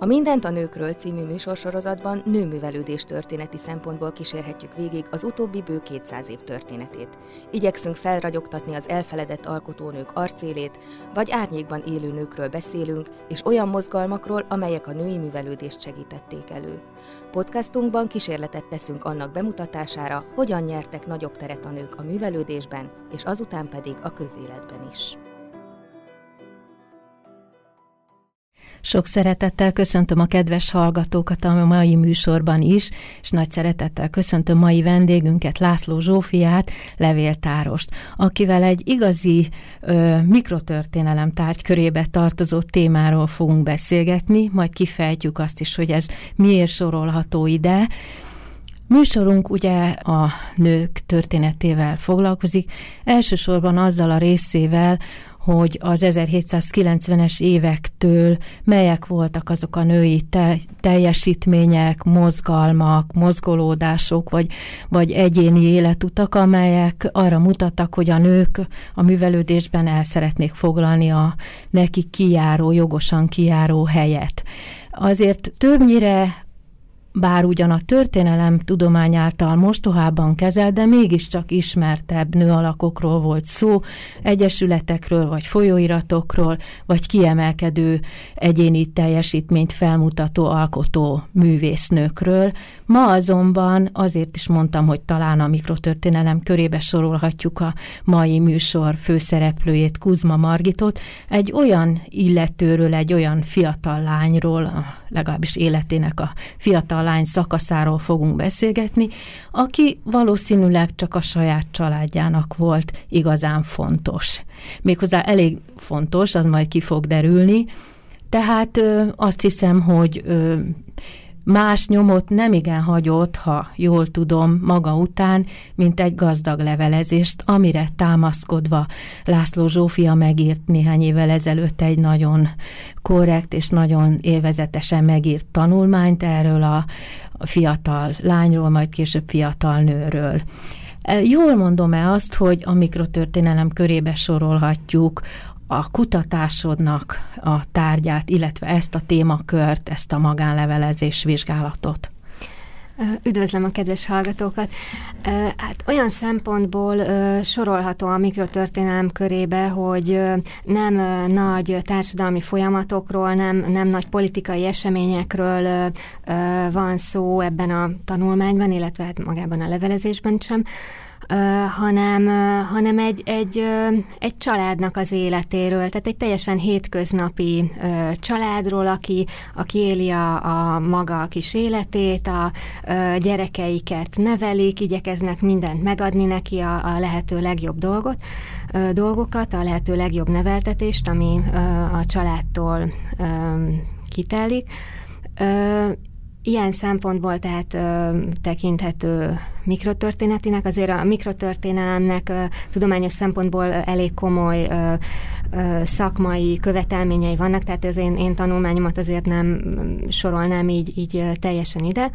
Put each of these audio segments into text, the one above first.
A Mindent a nőkről című műsorsorozatban nőművelődés történeti szempontból kísérhetjük végig az utóbbi bő 200 év történetét. Igyekszünk felragyogtatni az elfeledett alkotónők arcélét, vagy árnyékban élő nőkről beszélünk, és olyan mozgalmakról, amelyek a női művelődést segítették elő. Podcastunkban kísérletet teszünk annak bemutatására, hogyan nyertek nagyobb teret a nők a művelődésben, és azután pedig a közéletben is. Sok szeretettel köszöntöm a kedves hallgatókat a mai műsorban is, és nagy szeretettel köszöntöm mai vendégünket, László Zsófiát, levéltárost, akivel egy igazi mikrotörténelem tárgykörébe tartozó témáról fogunk beszélgetni, majd kifejtjük azt is, hogy ez miért sorolható ide. Műsorunk ugye a nők történetével foglalkozik, elsősorban azzal a részével, hogy az 1790-es évektől melyek voltak azok a női teljesítmények, mozgalmak, mozgolódások, vagy egyéni életutak, amelyek arra mutattak, hogy a nők a művelődésben el szeretnék foglalni a nekik kijáró, jogosan kijáró helyet. Azért többnyire, bár ugyan a történelem tudomány által mostohában kezelt, de mégiscsak ismertebb nőalakokról volt szó, egyesületekről, vagy folyóiratokról, vagy kiemelkedő egyéni teljesítményt felmutató alkotó művésznőkről. Ma azonban azért is mondtam, hogy talán a mikrotörténelem körébe sorolhatjuk a mai műsor főszereplőjét, Kuzma Margitot, egy olyan illetőről, egy olyan fiatal lányról, legalábbis életének a fiatal lány szakaszáról fogunk beszélgetni, aki valószínűleg csak a saját családjának volt igazán fontos. Méghozzá elég fontos, az majd ki fog derülni. Tehát azt hiszem, hogy más nyomot nemigen hagyott, ha jól tudom, maga után, mint egy gazdag levelezést, amire támaszkodva László Zsófia megírt néhány évvel ezelőtt egy nagyon korrekt és nagyon élvezetesen megírt tanulmányt erről a fiatal lányról, majd később fiatal nőről. Jól mondom-e azt, hogy a mikrotörténelem körébe sorolhatjuk a kutatásodnak a tárgyát, illetve ezt a témakört, ezt a magánlevelezés vizsgálatot? Üdvözlöm a kedves hallgatókat! Hát olyan szempontból sorolható a mikrotörténelem körébe, hogy nem nagy társadalmi folyamatokról, nem nagy politikai eseményekről van szó ebben a tanulmányban, illetve hát magában a levelezésben sem, hanem egy családnak az életéről, tehát egy teljesen hétköznapi családról, aki éli a maga kis életét, a gyerekeiket nevelik, igyekeznek mindent megadni neki, a lehető legjobb dolgokat, a lehető legjobb neveltetést, ami a családtól kitelik. Ilyen szempontból tehát tekinthető mikrotörténetinek, azért a mikrotörténelemnek tudományos szempontból elég komoly szakmai követelményei vannak, tehát az én tanulmányomat azért nem sorolnám így teljesen ide,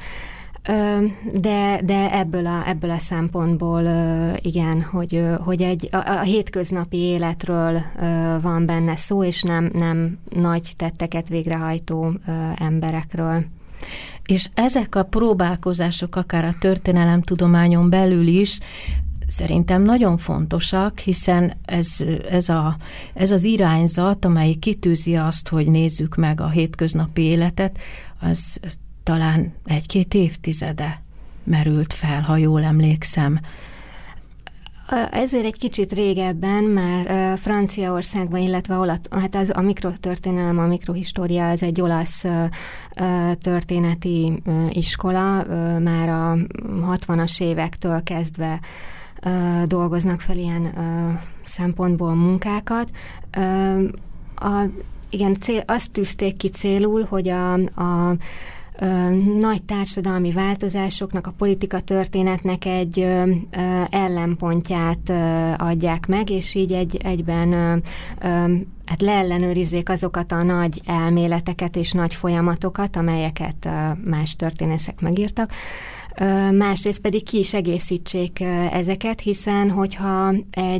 de ebből a szempontból igen, hogy a hétköznapi életről van benne szó, és nem nagy tetteket végrehajtó emberekről. És ezek a próbálkozások akár a történelemtudományon belül is szerintem nagyon fontosak, hiszen ez az irányzat, amely kitűzi azt, hogy nézzük meg a hétköznapi életet, az talán 1-2 évtizede merült fel, ha jól emlékszem. Ezért egy kicsit régebben már Franciaországban, illetve hát a mikrotörténelem, a mikrohistória, ez egy olasz történeti iskola, már a 60-as évektől kezdve dolgoznak fel ilyen szempontból munkákat. Igen, azt tűzték ki célul, hogy nagy társadalmi változásoknak, a politika történetnek egy ellenpontját adják meg, és így egyben hát leellenőrizzék azokat a nagy elméleteket és nagy folyamatokat, amelyeket más történészek megírtak. Másrészt pedig ki is egészítsék ezeket, ezeket, hogyha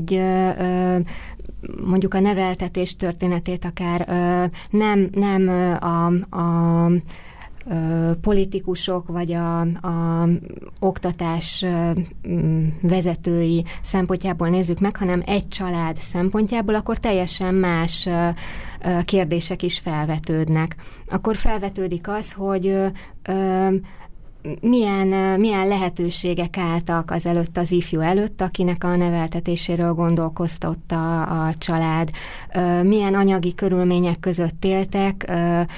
mondjuk a neveltetés történetét akár nem a politikusok vagy a oktatás vezetői szempontjából nézzük meg, hanem egy család szempontjából, akkor teljesen más kérdések is felvetődnek. Akkor felvetődik az, hogy milyen lehetőségek álltak azelőtt az ifjú előtt, akinek a neveltetéséről gondolkoztott a család, milyen anyagi körülmények között éltek,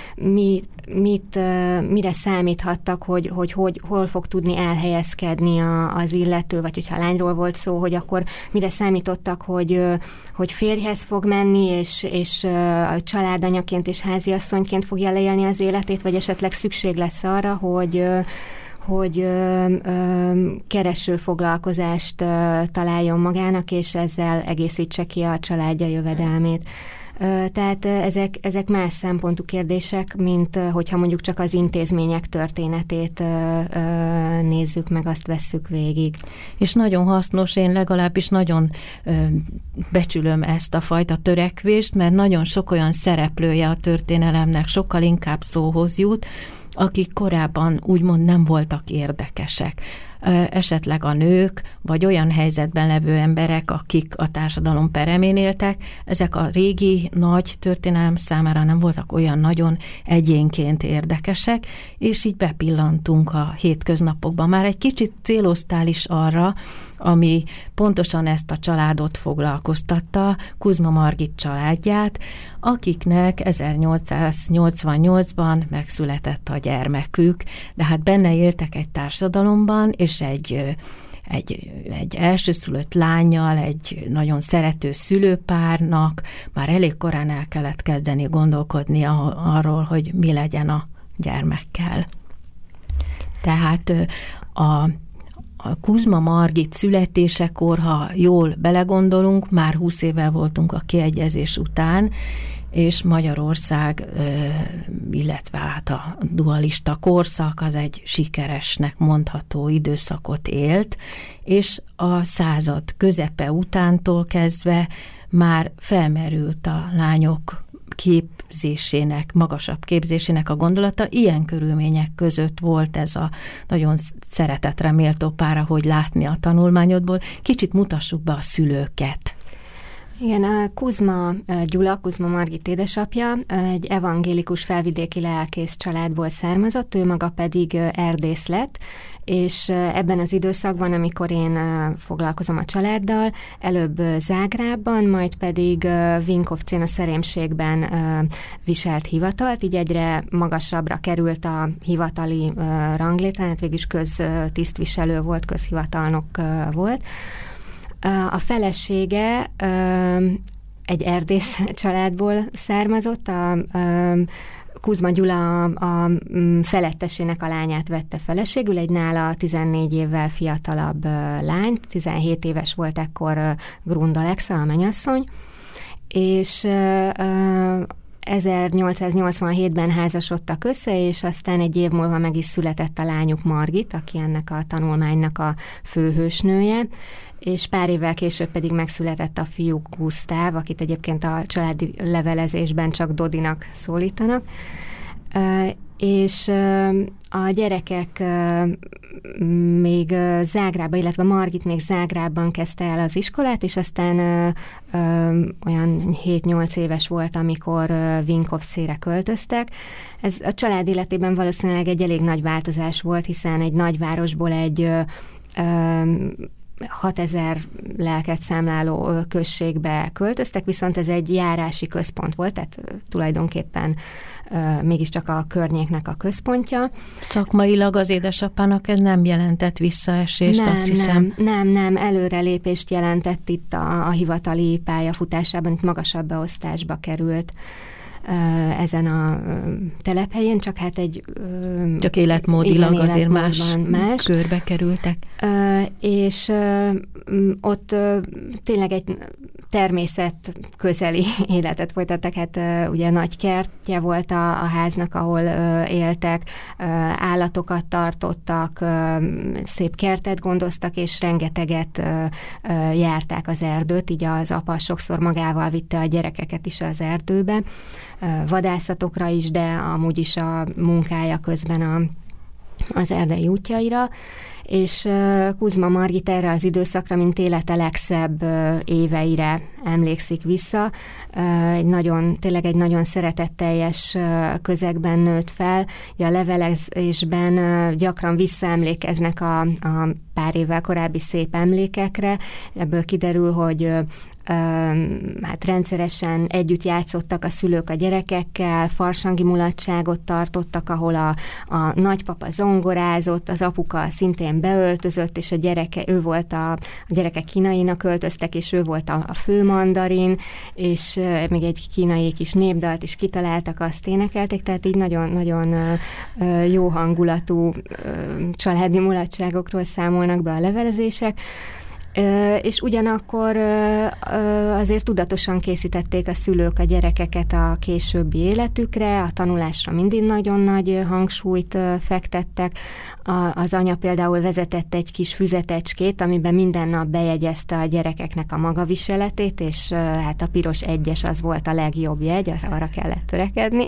mire számíthattak, hogy hol fog tudni elhelyezkedni az illető, vagy hogyha lányról volt szó, hogy akkor mire számítottak, hogy férjhez fog menni, és családanyaként és háziasszonyként fogja leélni az életét, vagy esetleg szükség lesz arra, hogy kereső foglalkozást találjon magának, és ezzel egészítse ki a családja jövedelmét. Tehát ezek más szempontú kérdések, mint hogyha mondjuk csak az intézmények történetét nézzük meg, azt vesszük végig. És nagyon hasznos, én legalábbis nagyon becsülöm ezt a fajta törekvést, mert nagyon sok olyan szereplője a történelemnek sokkal inkább szóhoz jut, akik korábban úgymond nem voltak érdekesek. Esetleg a nők, vagy olyan helyzetben levő emberek, akik a társadalom peremén éltek, ezek a régi nagy történelem számára nem voltak olyan nagyon egyénként érdekesek, és így bepillantunk a hétköznapokban. Már egy kicsit céloztál is arra, ami pontosan ezt a családot foglalkoztatta, Kuzma Margit családját, akiknek 1888-ban megszületett a gyermekük, de hát benne éltek egy társadalomban, és egy elsőszülött lánnyal, egy nagyon szerető szülőpárnak már elég korán el kellett kezdeni gondolkodni arról, hogy mi legyen a gyermekkel. Tehát a Kuzma Margit születésekor, ha jól belegondolunk, már 20 évvel voltunk a kiegyezés után, és Magyarország, illetve hát a dualista korszak az egy sikeresnek mondható időszakot élt, és a század közepe utántól kezdve már felmerült a lányok képzésének, magasabb képzésének a gondolata. Ilyen körülmények között volt ez a nagyon szeretetre méltó pár, ahogy látni a tanulmányodból. Kicsit mutassuk be a szülőket. Igen, a Kuzma Gyula, Kuzma Margit édesapja egy evangélikus felvidéki lelkész családból származott, ő maga pedig erdész lett, és ebben az időszakban, amikor én foglalkozom a családdal, előbb Zágrábban, majd pedig Vinkovcén a Szerémségben viselt hivatalt, így egyre magasabbra került a hivatali ranglétrán, hát végülis köztisztviselő volt, közhivatalnok volt. A felesége egy erdész családból származott, a Kuzma Gyula a felettesének a lányát vette feleségül, egy nála 14 évvel fiatalabb lány, 17 éves volt ekkor Grund Alexa, a mennyasszony, és 1887-ben házasodtak össze, és aztán egy év múlva meg is született a lányuk Margit, aki ennek a tanulmánynak a főhősnője, és pár évvel később pedig megszületett a fiúk Gusztáv, akit egyébként a családi levelezésben csak Dodinak szólítanak, és a gyerekek még Zágrában, illetve Margit még Zágrában kezdte el az iskolát, és aztán olyan 7-8 éves volt, amikor Vinkovcére költöztek. Ez a család életében valószínűleg egy elég nagy változás volt, hiszen egy nagyvárosból egy 6000 lelket számláló községbe költöztek, viszont ez egy járási központ volt, tehát tulajdonképpen mégiscsak a környéknek a központja. Szakmailag az édesapának ez nem jelentett visszaesést, azt hiszem. Nem, előrelépést jelentett itt a hivatali pályafutásában, itt magasabb beosztásba került. ezen a telephelyen, csak hát csak életmódilag azért más körbe kerültek. És ott tényleg egy természet közeli életet folytattak, hát ugye nagy kertje volt a háznak, ahol éltek, állatokat tartottak, szép kertet gondoztak, és rengeteget járták az erdőt, így az apa sokszor magával vitte a gyerekeket is az erdőbe, vadászatokra is, de amúgy is a munkája közben az erdei útjaira, és Kuzma Margit erre az időszakra, mint élete legszebb éveire emlékszik vissza. Tényleg egy nagyon szeretetteljes közegben nőtt fel. A levelezésben gyakran visszaemlékeznek a pár évvel korábbi szép emlékekre. Ebből kiderül, hogy hát rendszeresen együtt játszottak a szülők a gyerekekkel, farsangi mulatságot tartottak, ahol a nagypapa zongorázott, az apuka szintén beöltözött, és a gyerekek kínainak öltöztek, és ő volt a főmandarin, és még egy kínai kis népdalt is kitaláltak, azt énekelték, tehát így nagyon-nagyon jó hangulatú családi mulatságokról számolnak be a levelezések. És ugyanakkor azért tudatosan készítették a szülők a gyerekeket a későbbi életükre, a tanulásra mindig nagyon nagy hangsúlyt fektettek. Az anya például vezetett egy kis füzetecskét, amiben minden nap bejegyezte a gyerekeknek a magaviseletét, és hát a piros 1-es az volt a legjobb jegy, arra kellett törekedni.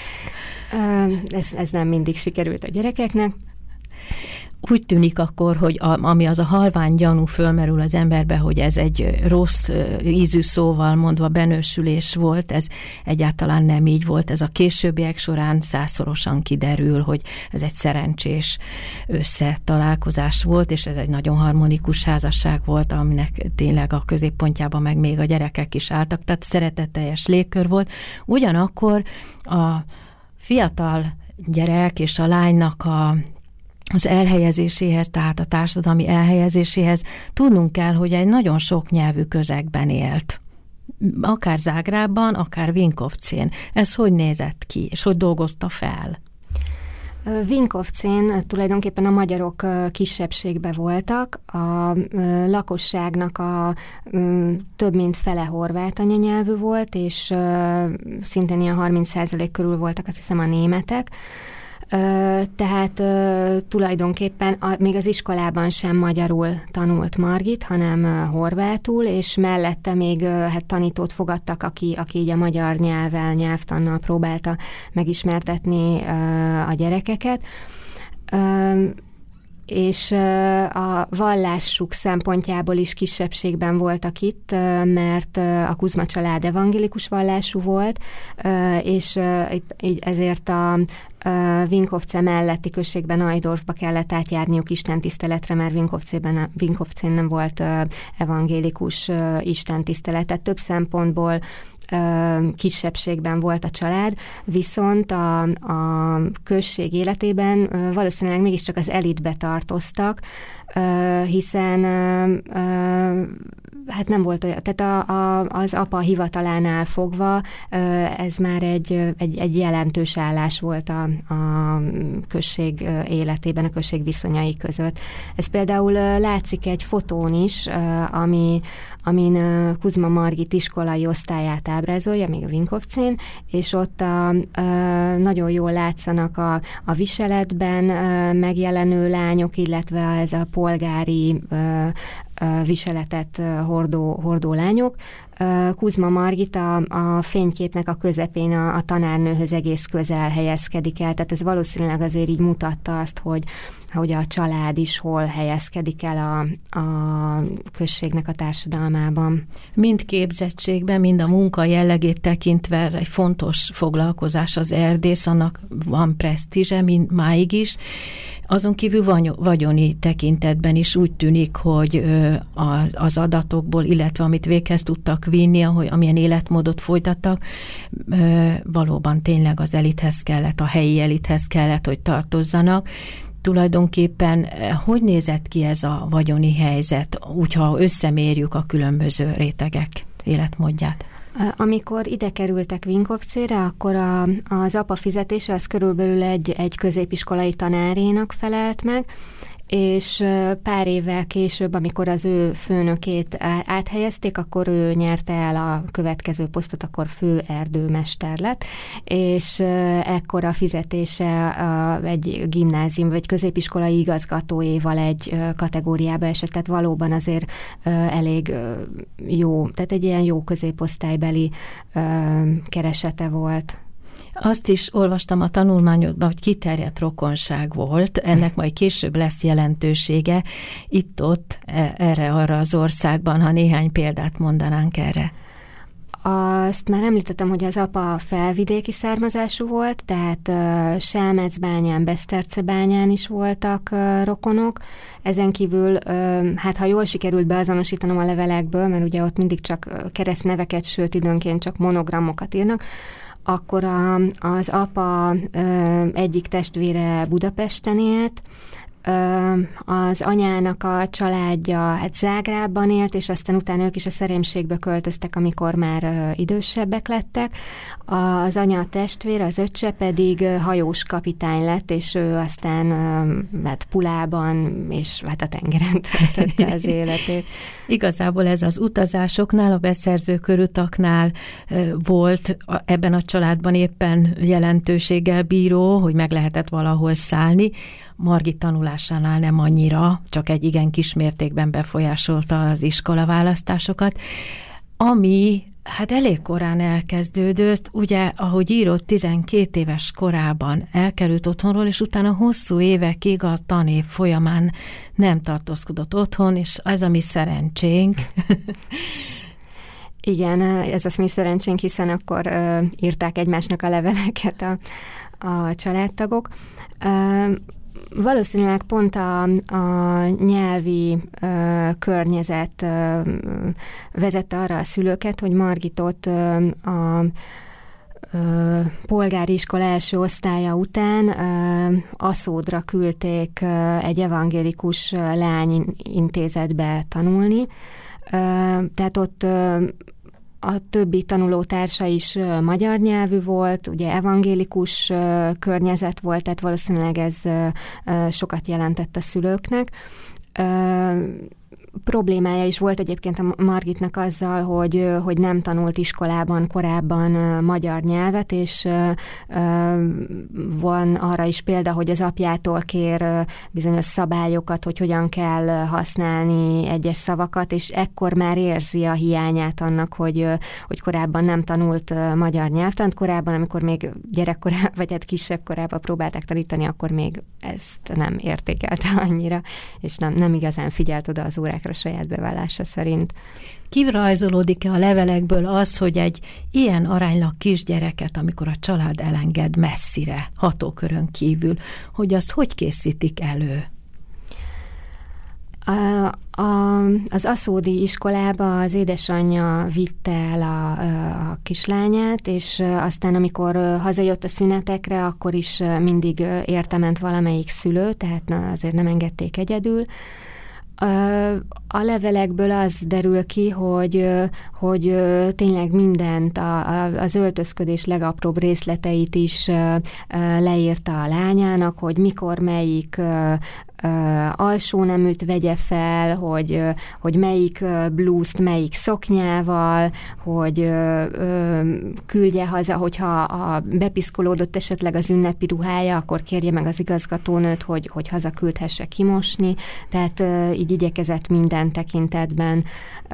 Ez nem mindig sikerült a gyerekeknek. Úgy tűnik akkor, hogy ami az a halvány gyanú fölmerül az emberbe, hogy ez egy rossz ízű szóval mondva benősülés volt, ez egyáltalán nem így volt. Ez a későbbiek során 100-szorosan kiderül, hogy ez egy szerencsés összetalálkozás volt, és ez egy nagyon harmonikus házasság volt, aminek tényleg a középpontjában meg még a gyerekek is álltak, tehát szeretetteljes légkör volt. Ugyanakkor a fiatal gyerek és a lánynak az elhelyezéséhez, tehát a társadalmi elhelyezéséhez tudnunk kell, hogy egy nagyon sok nyelvű közegben élt. Akár Zágrábban, akár Vinkovcén. Ez hogy nézett ki, és hogy dolgozta fel? Vinkovcén tulajdonképpen a magyarok kisebbségbe voltak, a lakosságnak több mint fele horvát anyanyelvű volt, és szintén ilyen 30% körül voltak, azt hiszem, a németek. Tehát tulajdonképpen még az iskolában sem magyarul tanult Margit, hanem horvátul, és mellette még hát tanítót fogadtak, aki így a magyar nyelvvel, nyelvtannal próbálta megismertetni a gyerekeket. És a vallásuk szempontjából is kisebbségben voltak itt, mert a Kuzma család evangélikus vallású volt, és ezért a Vinkovce melletti községben, Ajdorfba kellett átjárniuk istentiszteletre, mert Vinkovcén nem volt evangélikus istentisztelet. Több szempontból kisebbségben volt a család, viszont a község életében valószínűleg mégiscsak az elitbe tartoztak, hiszen hát nem volt olyan, tehát az apa hivatalánál fogva ez már egy jelentős állás volt a község életében, a község viszonyai között. Ez például látszik egy fotón is, amin Kuzma Margit iskolai osztályát ábrázolja, még a Vinkovcén, és ott nagyon jól látszanak a viseletben megjelenő lányok, illetve ez a polgári viseletet hordó lányok. Kuzma Margit a fényképnek a közepén a tanárnőhöz egész közel helyezkedik el, tehát ez valószínűleg azért így mutatta azt, hogy a család is hol helyezkedik el a községnek a társadalmában. Mind képzettségben, mind a munka jellegét tekintve ez egy fontos foglalkozás az erdész, annak van presztízse, mind máig is. Azon kívül vagyoni tekintetben is úgy tűnik, hogy az adatokból, illetve amit véghez tudtak vinni, amilyen életmódot folytattak, valóban tényleg az elithez kellett, a helyi elithez kellett, hogy tartozzanak. Tulajdonképpen hogy nézett ki ez a vagyoni helyzet, úgyha összemérjük a különböző rétegek életmódját? Amikor ide kerültek Vinkovcére, akkor az apa fizetése az körülbelül egy középiskolai tanárénak felelt meg, és pár évvel később, amikor az ő főnökét áthelyezték, akkor ő nyerte el a következő posztot, akkor főerdőmester lett, és ekkor a fizetése egy gimnázium vagy középiskolai igazgatóéval egy kategóriába esett, tehát valóban azért elég jó, tehát egy ilyen jó középosztálybeli keresete volt. Azt is olvastam a tanulmányodban, hogy kiterjedt rokonság volt, ennek majd később lesz jelentősége itt-ott, erre-arra az országban, ha néhány példát mondanánk erre. Azt már említettem, hogy az apa felvidéki származású volt, tehát Selmecbányán, Besztercebányán is voltak rokonok. Ezen kívül, hát ha jól sikerült beazonosítanom a levelekből, mert ugye ott mindig csak keresztneveket, sőt időnként csak monogramokat írnak, akkor az apa egyik testvére Budapesten élt, az anyának a családja hát Zágrábban élt, és aztán utána ők is a Szerémségbe költöztek, amikor már idősebbek lettek. Az anya testvére, az öccse pedig hajós kapitány lett, és ő aztán hát Pulában és hát a tengeren töltötte az életét. Igazából ez az utazásoknál, a beszerző körutaknál volt ebben a családban éppen jelentőséggel bíró, hogy meg lehetett valahol szállni. Margit tanulásánál nem annyira, csak egy igen kis mértékben befolyásolta az iskolaválasztásokat, ami hát elég korán elkezdődött, ugye, ahogy írott, 12 éves korában elkerült otthonról, és utána hosszú évekig a tanév folyamán nem tartózkodott otthon, és ez a mi szerencsénk. Igen, ez az mi szerencsénk, hiszen akkor írták egymásnak a leveleket a családtagok. Valószínűleg pont a nyelvi környezet vezette arra a szülőket, hogy Margitot a polgári iskola első osztálya után Aszódra küldték egy evangélikus lányintézetbe tanulni. Tehát ott a többi tanulótársa is magyar nyelvű volt, ugye evangélikus környezet volt, tehát valószínűleg ez sokat jelentett a szülőknek. Problémája is volt egyébként a Margitnak azzal, hogy nem tanult iskolában korábban magyar nyelvet, és van arra is példa, hogy az apjától kér bizonyos szabályokat, hogy hogyan kell használni egyes szavakat, és ekkor már érzi a hiányát annak, hogy korábban nem tanult magyar nyelvtant. Korábban, amikor még gyerekkorában, vagy hát kisebb korában próbálták tanítani, akkor még ezt nem értékelte annyira, és nem igazán figyelt oda az órákra saját bevallása szerint. Kirajzolódik-e a levelekből az, hogy egy ilyen aránylag kisgyereket, amikor a család elenged messzire, hatókörön kívül, hogy azt hogy készítik elő? Az aszódi iskolába az édesanyja vitte el a kislányát, és aztán amikor hazajött a szünetekre, akkor is mindig értement valamelyik szülő, tehát azért nem engedték egyedül. A levelekből az derül ki, hogy tényleg mindent, az öltözködés legapróbb részleteit is leírta a lányának, hogy mikor melyik alsó neműt vegye fel, hogy melyik blúzt melyik szoknyával, hogy küldje haza, hogyha bepiszkolódott esetleg az ünnepi ruhája, akkor kérje meg az igazgatónőt, hogy haza küldhesse kimosni. Tehát így igyekezett minden tekintetben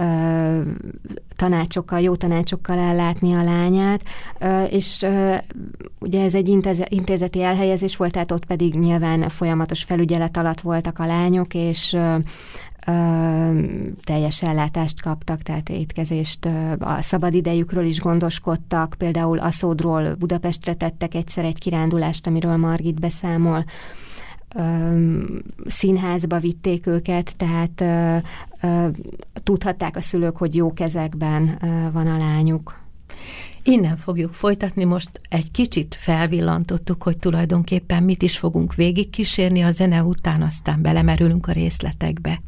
jó tanácsokkal ellátni a lányát, és ugye ez egy intézeti elhelyezés volt, tehát ott pedig nyilván folyamatos felügyelet alatt voltak a lányok, és teljes ellátást kaptak, tehát étkezést, a szabadidejükről is gondoskodtak, például Aszódról Budapestre tettek egyszer egy kirándulást, amiről Margit beszámol, színházba vitték őket, tehát tudhatták a szülők, hogy jó kezekben van a lányuk. Innen fogjuk folytatni, most egy kicsit felvillantottuk, hogy tulajdonképpen mit is fogunk végigkísérni a zene után, aztán belemerülünk a részletekbe.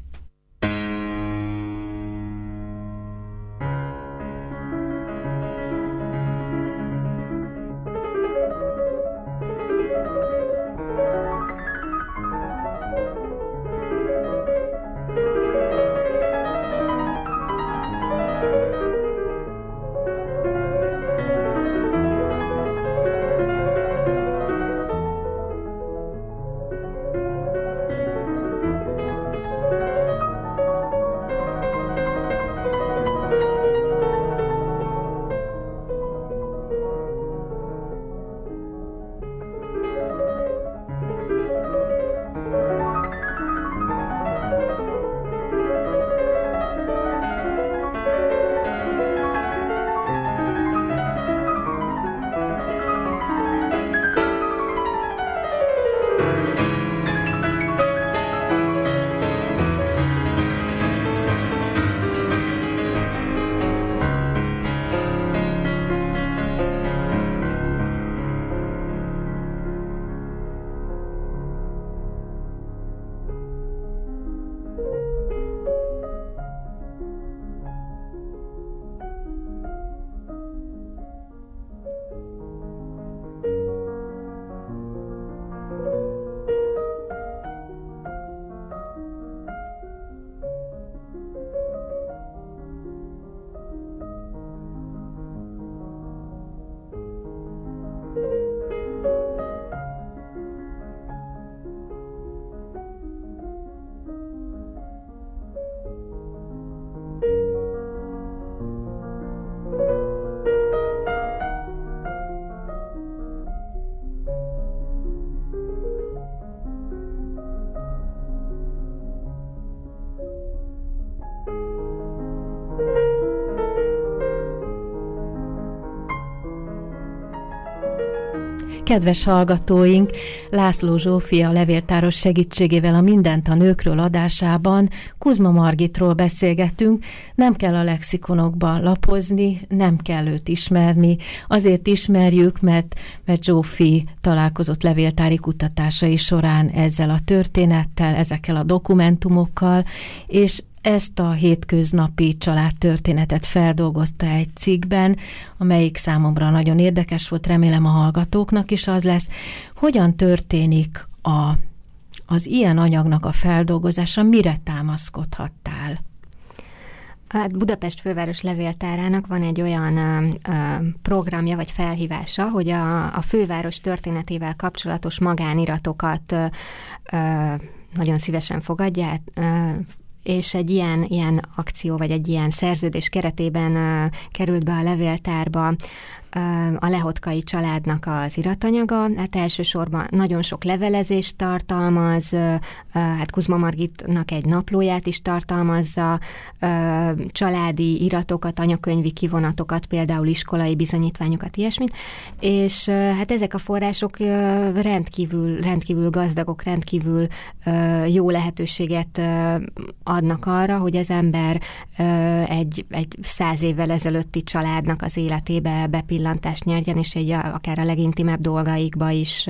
Kedves hallgatóink, László Zsófia levéltáros segítségével a Mindent a nőkről adásában Kuzma Margitról beszélgetünk. Nem kell a lexikonokba lapozni, nem kell őt ismerni. Azért ismerjük, mert Zsófi találkozott levéltári kutatásai során ezzel a történettel, ezekkel a dokumentumokkal, és ezt a hétköznapi családtörténetet feldolgozta egy cikkben, amelyik számomra nagyon érdekes volt, remélem a hallgatóknak is az lesz. Hogyan történik az ilyen anyagnak a feldolgozása, mire támaszkodhattál? Hát Budapest főváros levéltárának van egy olyan programja vagy felhívása, hogy a főváros történetével kapcsolatos magániratokat nagyon szívesen fogadják, és egy ilyen akció, vagy egy ilyen szerződés keretében került be a levéltárba a Lehotkai családnak az iratanyaga. Hát elsősorban nagyon sok levelezést tartalmaz, hát Kuzma Margitnak egy naplóját is tartalmazza, családi iratokat, anyakönyvi kivonatokat, például iskolai bizonyítványokat, ilyesmit, és hát ezek a források rendkívül gazdagok, rendkívül jó lehetőséget adnak arra, hogy az ember egy 100 évvel ezelőtti családnak az életébe bepillantást nyerjen, és akár a legintimebb dolgaikba is,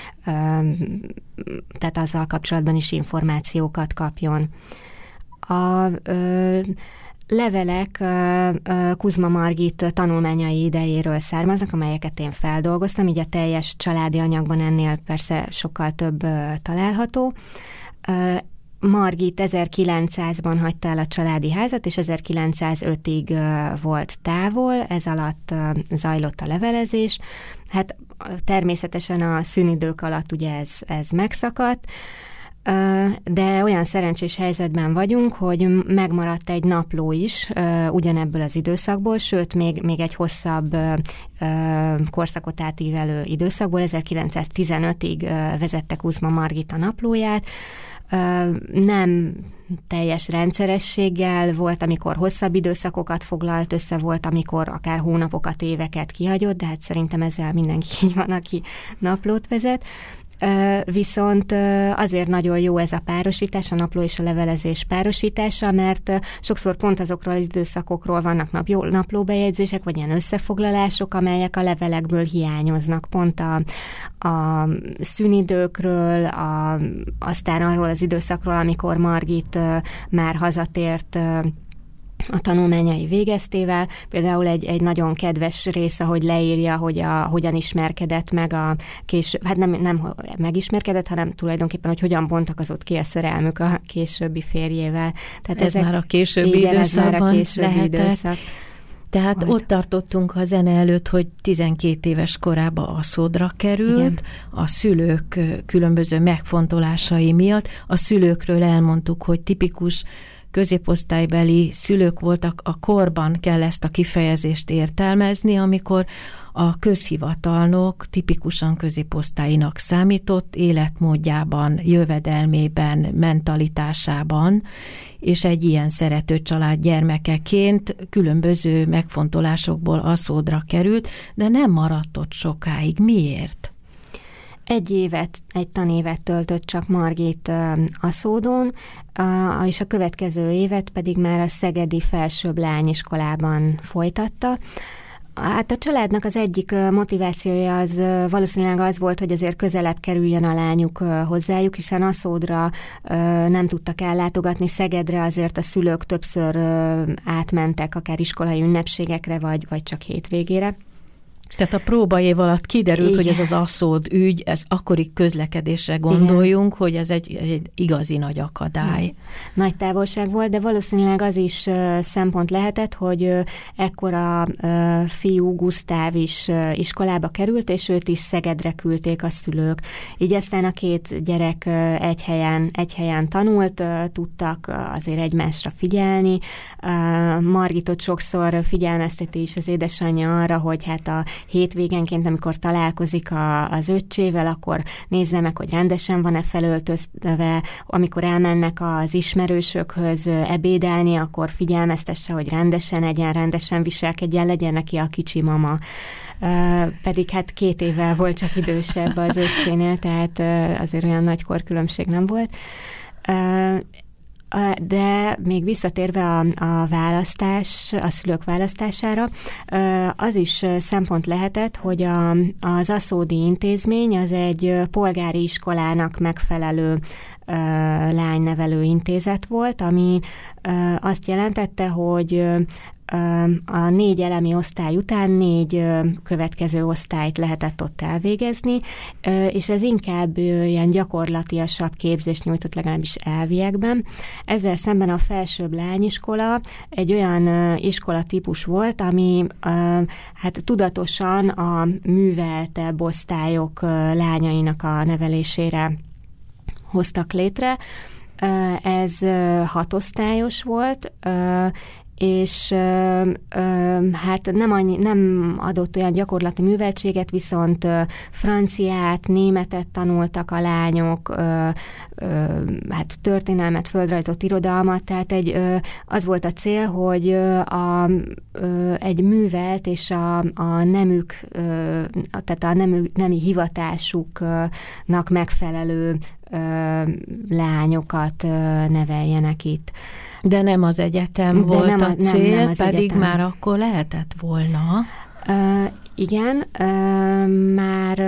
tehát azzal kapcsolatban is információkat kapjon. A levelek Kuzma Margit tanulmányai idejéről származnak, amelyeket én feldolgoztam, így a teljes családi anyagban ennél persze sokkal több található. Margit 1900-ban hagyta el a családi házat, és 1905-ig volt távol, ez alatt zajlott a levelezés. Hát természetesen a szünidők alatt ugye ez megszakadt, de olyan szerencsés helyzetben vagyunk, hogy megmaradt egy napló is ugyanebből az időszakból, sőt, még egy hosszabb korszakot átívelő időszakból, 1915-ig vezette Kuzma Margit a naplóját. Nem teljes rendszerességgel, volt, amikor hosszabb időszakokat foglalt össze, volt, amikor akár hónapokat, éveket kihagyott, de hát szerintem ezzel mindenki így van, aki naplót vezet. Viszont azért nagyon jó ez a párosítás, a napló és a levelezés párosítása, mert sokszor pont azokról az időszakokról vannak naplóbejegyzések, vagy ilyen összefoglalások, amelyek a levelekből hiányoznak. Pont a szünidőkről, aztán arról az időszakról, amikor Margit már hazatért a tanulmányai végeztével. Például egy nagyon kedves rész, ahogy leírja, hogy hogyan ismerkedett meg hát nem megismerkedett, hanem tulajdonképpen, hogy hogyan bontakozott ki a szerelmük a későbbi férjével. Tehát ez már a későbbi időszakban lehetett. Tehát ott tartottunk a zene előtt, hogy 12 éves korában Aszódra került, igen, a szülők különböző megfontolásai miatt. A szülőkről elmondtuk, hogy tipikus középosztálybeli szülők voltak, a korban kell ezt a kifejezést értelmezni, amikor a közhivatalnok tipikusan középosztályinak számított életmódjában, jövedelmében, mentalitásában, és egy ilyen szerető család gyermekeként különböző megfontolásokból Aszódra került, de nem maradt ott sokáig. Miért? Egy tanévet töltött csak Margit Aszódon, és a következő évet pedig már a szegedi felsőbb lányiskolában folytatta. Hát a családnak az egyik motivációja az valószínűleg az volt, hogy azért közelebb kerüljön a lányuk hozzájuk, hiszen Aszódra nem tudtak ellátogatni, Szegedre azért a szülők többször átmentek, akár iskolai ünnepségekre, vagy csak hétvégére. Tehát a próbaév alatt kiderült, igen, hogy ez az Aszód ügy, ez akkori közlekedésre gondoljunk, igen, hogy ez egy igazi nagy akadály. Nagy távolság volt, de valószínűleg az is szempont lehetett, hogy ekkor a fiú Gusztáv is iskolába került, és őt is Szegedre küldték a szülők. Így aztán a két gyerek egy helyen tanult, tudtak azért egymásra figyelni. Margitot sokszor figyelmezteti is az édesanyja arra, hogy hát a hétvégenként, amikor találkozik az öccsével, akkor nézze meg, hogy rendesen van-e felöltözve, amikor elmennek az ismerősökhöz ebédelni, akkor figyelmeztesse, hogy rendesen egyen, rendesen viselkedjen, legyen neki a kicsi mama. pedig hát 2 évvel volt csak idősebb az öccsénél, tehát azért olyan nagy korkülönbség nem volt. De még visszatérve a választás, a szülők választására, az is szempont lehetett, hogy az aszódi intézmény az egy polgári iskolának megfelelő lánynevelő intézet volt, ami azt jelentette, hogy a 4 elemi osztály után 4 következő osztályt lehetett ott elvégezni, és ez inkább ilyen gyakorlatiasabb képzést nyújtott, legalábbis elviekben. Ezzel szemben a felsőbb lányiskola egy olyan iskolatípus volt, ami hát tudatosan a műveltebb osztályok lányainak a nevelésére hoztak létre. Ez 6 osztályos volt, és hát nem adott olyan gyakorlati műveltséget, viszont franciát, németet tanultak a lányok, hát történelmet, földrajzot, irodalmat, tehát az volt a cél, hogy egy művelt és a nemük, tehát a nemi hivatásuknak megfelelő lányokat neveljenek itt. De nem az egyetem volt a cél, nem pedig egyetem. Már akkor lehetett volna. Igen, már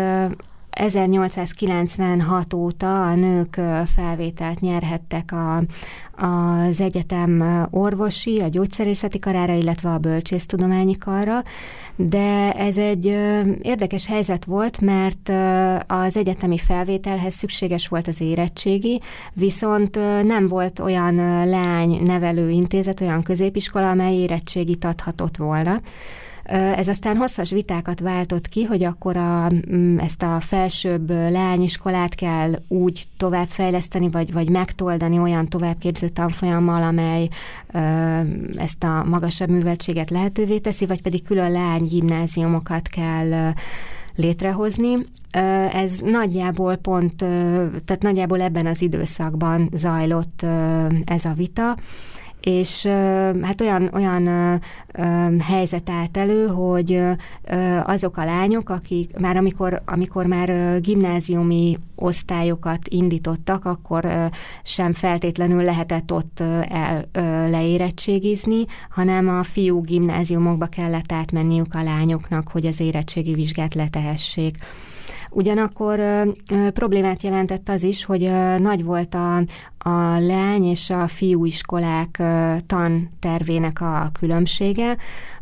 1896 óta a nők felvételt nyerhettek az egyetem orvosi, a gyógyszerészeti karára, illetve a bölcsésztudományi karra, de ez egy érdekes helyzet volt, mert az egyetemi felvételhez szükséges volt az érettségi, viszont nem volt olyan lánynevelő intézet, olyan középiskola, amely érettségit adhatott volna. Ez aztán hosszas vitákat váltott ki, hogy akkor ezt a felsőbb lányiskolát kell úgy továbbfejleszteni, vagy megtoldani olyan továbbképző tanfolyammal, amely ezt a magasabb műveltséget lehetővé teszi, vagy pedig külön lánygimnáziumokat kell létrehozni. Ez nagyjából tehát nagyjából ebben az időszakban zajlott ez a vita, és hát olyan helyzet állt elő, hogy azok a lányok, akik már amikor már gimnáziumi osztályokat indítottak, akkor sem feltétlenül lehetett ott leérettségizni, hanem a fiú gimnáziumokba kellett átmenniük a lányoknak, hogy az érettségi vizsgát letehessék. Ugyanakkor problémát jelentett az is, hogy nagy volt a lány és a fiúiskolák tantervének a különbsége.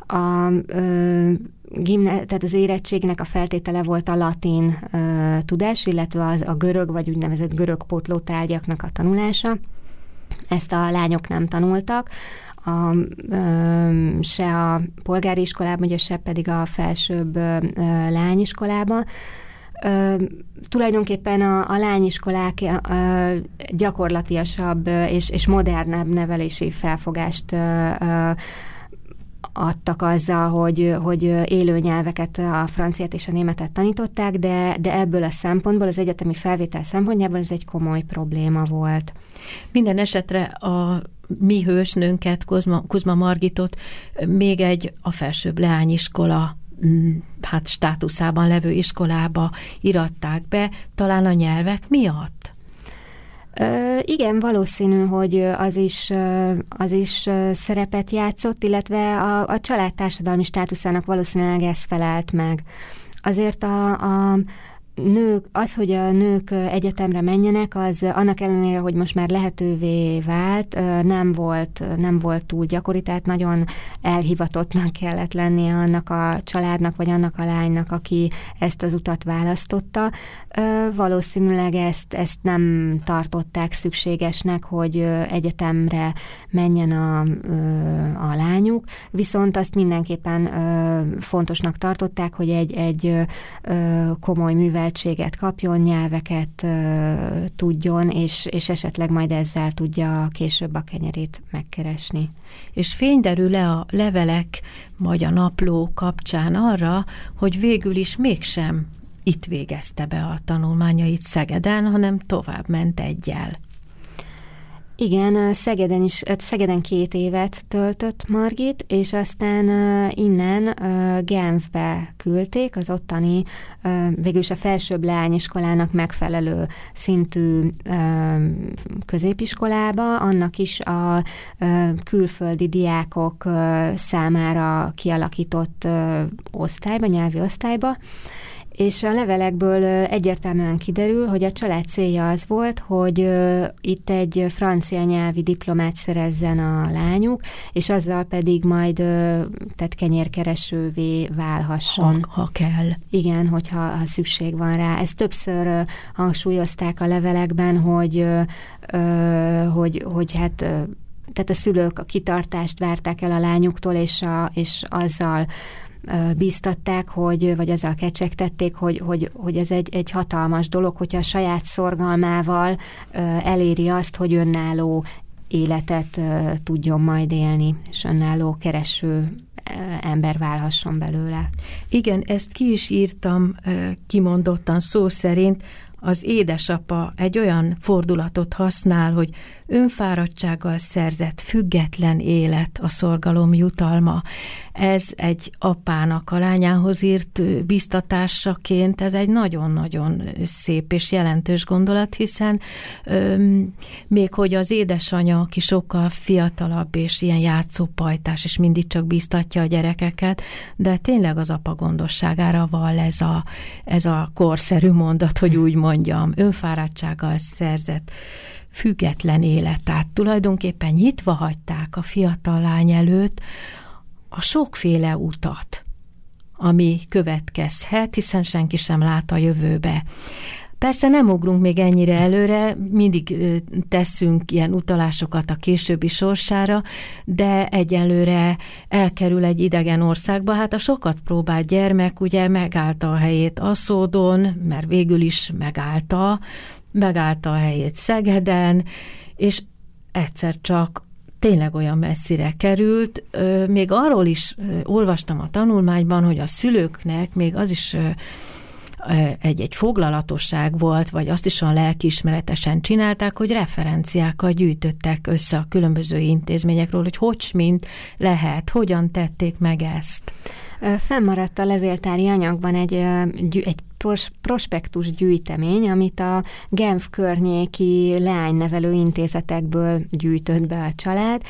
Tehát az érettségnek a feltétele volt a latin tudás, illetve a görög vagy úgynevezett görög pótlótárgyaknak a tanulása. Ezt a lányok nem tanultak, se a polgári iskolában, ugye se pedig a felsőbb lányiskolában. Tulajdonképpen a lányiskolák gyakorlatiasabb és modernebb nevelési felfogást adtak azzal, hogy élő nyelveket, a franciát és a németet tanították, de ebből a szempontból, az egyetemi felvétel szempontjából ez egy komoly probléma volt. Minden esetre a mi hősnőnket, Kuzma Margitot még a felsőbb leányiskola státuszában levő iskolába iratták be, talán a nyelvek miatt? Igen, valószínű, hogy az is szerepet játszott, illetve a család társadalmi státuszának valószínűleg ez felelt meg. Azért a nők, hogy a nők egyetemre menjenek, az annak ellenére, hogy most már lehetővé vált, nem volt túl gyakori, tehát nagyon elhivatottnak kellett lennie annak a családnak, vagy annak a lánynak, aki ezt az utat választotta. Valószínűleg ezt nem tartották szükségesnek, hogy egyetemre menjen a lányuk, viszont azt mindenképpen fontosnak tartották, hogy egy komoly műveltséget kapjon, nyelveket tudjon, és esetleg majd ezzel tudja később a kenyerét megkeresni. És fényderül-e a levelek, vagy a napló kapcsán arra, hogy végül is mégsem itt végezte be a tanulmányait Szegeden, hanem tovább ment egyel? Igen, Szegeden 2 évet töltött Margit, és aztán innen Genfbe küldték, az ottani végülis a felsőbb leányiskolának megfelelő szintű középiskolába, annak is a külföldi diákok számára kialakított osztályba, nyelvi osztályba, és a levelekből egyértelműen kiderül, hogy a család célja az volt, hogy itt egy francia nyelvi diplomát szerezzen a lányuk, és azzal pedig majd tehát kenyérkeresővé válhasson. Ha kell. Igen, hogyha szükség van rá. Ezt többször hangsúlyozták a levelekben, hogy hát tehát a szülők a kitartást várták el a lányuktól, és azzal bíztatták, vagy azzal kecsegtették, hogy ez egy hatalmas dolog, hogyha a saját szorgalmával eléri azt, hogy önálló életet tudjon majd élni, és önálló kereső ember válhasson belőle. Igen, ezt ki is írtam kimondottan szó szerint. Az édesapa egy olyan fordulatot használ, hogy önfáradtsággal szerzett független élet a szorgalom jutalma. Ez egy apának a lányához írt biztatásaként, ez egy nagyon-nagyon szép és jelentős gondolat, hiszen még hogy az édesanya, aki sokkal fiatalabb és ilyen játszópajtás, és mindig csak biztatja a gyerekeket, de tényleg az apa gondosságára vall ez a korszerű mondat, hogy úgy mondjam, önfáradtsággal szerzett független élet. Tehát tulajdonképpen nyitva hagyták a fiatal lány előtt a sokféle utat, ami következhet, hiszen senki sem lát a jövőbe. Persze nem ugrunk még ennyire előre, mindig teszünk ilyen utalásokat a későbbi sorsára, de egyenlőre elkerül egy idegen országba. Hát a sokat próbált gyermek ugye megállta a helyét Aszódon, mert végül is megállta a helyét Szegeden, és egyszer csak tényleg olyan messzire került. Még arról is olvastam a tanulmányban, hogy a szülőknek még az is egy foglalatosság volt, vagy azt is olyan lelkiismeretesen csinálták, hogy referenciákat gyűjtöttek össze a különböző intézményekről, hogy mint lehet, hogyan tették meg ezt. Fennmaradt a levéltári anyagban egy prospektus gyűjtemény, amit a Genf környéki leánynevelő intézetekből gyűjtött be a család.